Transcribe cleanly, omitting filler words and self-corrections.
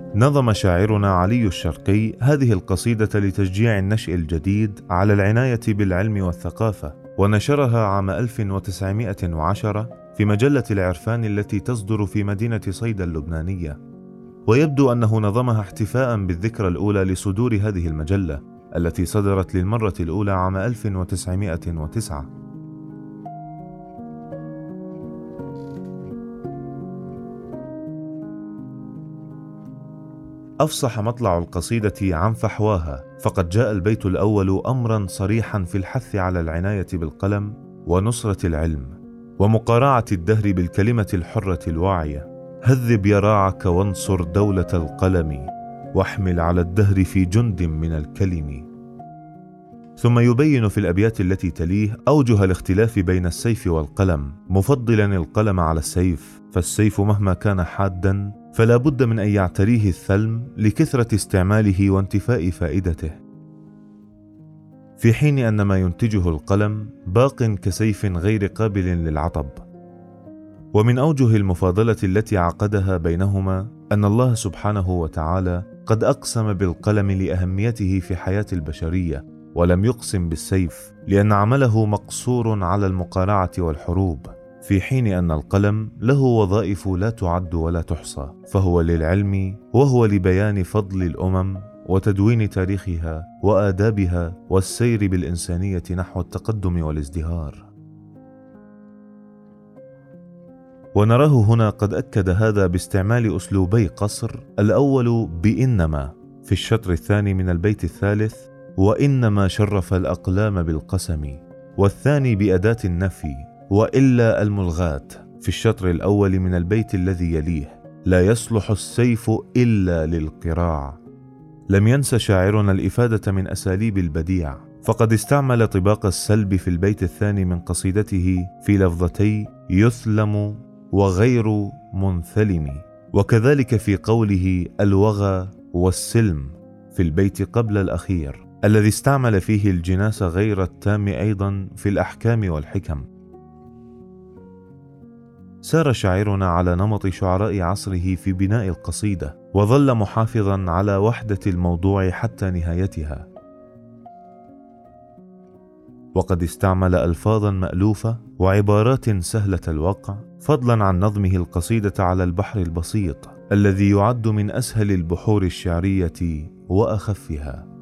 نظم شاعرنا علي الشرقي هذه القصيدة لتشجيع النشء الجديد على العناية بالعلم والثقافة، ونشرها عام 1910 في مجلة العرفان التي تصدر في مدينة صيدا اللبنانية. ويبدو أنه نظمها احتفاء بالذكرى الأولى لصدور هذه المجلة التي صدرت للمرة الأولى عام 1909. أفصح مطلع القصيدة عن فحواها، فقد جاء البيت الأول أمرا صريحا في الحث على العناية بالقلم ونصرة العلم ومقارعة الدهر بالكلمة الحرة الواعية. هذب يراعك وانصر دولة القلم، واحمل على الدهر في جند من الكلم. ثم يبين في الأبيات التي تليه أوجه الاختلاف بين السيف والقلم، مفضلا القلم على السيف، فالسيف مهما كان حادا فلا بد من أن يعتريه الثلم لكثرة استعماله وانتفاء فائدته، في حين أن ما ينتجه القلم باق كسيف غير قابل للعطب. ومن أوجه المفاضلة التي عقدها بينهما أن الله سبحانه وتعالى قد أقسم بالقلم لأهميته في حياة البشرية، ولم يقسم بالسيف لأن عمله مقصور على المقارعة والحروب، في حين أن القلم له وظائف لا تعد ولا تحصى، فهو للعلم وهو لبيان فضل الأمم وتدوين تاريخها وآدابها والسير بالإنسانية نحو التقدم والازدهار. ونراه هنا قد أكد هذا باستعمال أسلوبي قصر، الأول بإنما في الشطر الثاني من البيت الثالث، وإنما شرف الأقلام بالقسم، والثاني بأداة النفي وإلا الملغاة في الشطر الأول من البيت الذي يليه، لا يصلح السيف إلا للقراع. لم ينس شاعرنا الإفادة من أساليب البديع، فقد استعمل طباق السلب في البيت الثاني من قصيدته في لفظتي يثلم وغير منثلم، وكذلك في قوله الوغى والسلم في البيت قبل الأخير الذي استعمل فيه الجناس غير التام أيضا في الأحكام والحكم. سار شاعرنا على نمط شعراء عصره في بناء القصيدة، وظل محافظا على وحدة الموضوع حتى نهايتها، وقد استعمل ألفاظا مألوفة وعبارات سهلة الوقع، فضلا عن نظمه القصيدة على البحر البسيط الذي يعد من أسهل البحور الشعرية وأخفها.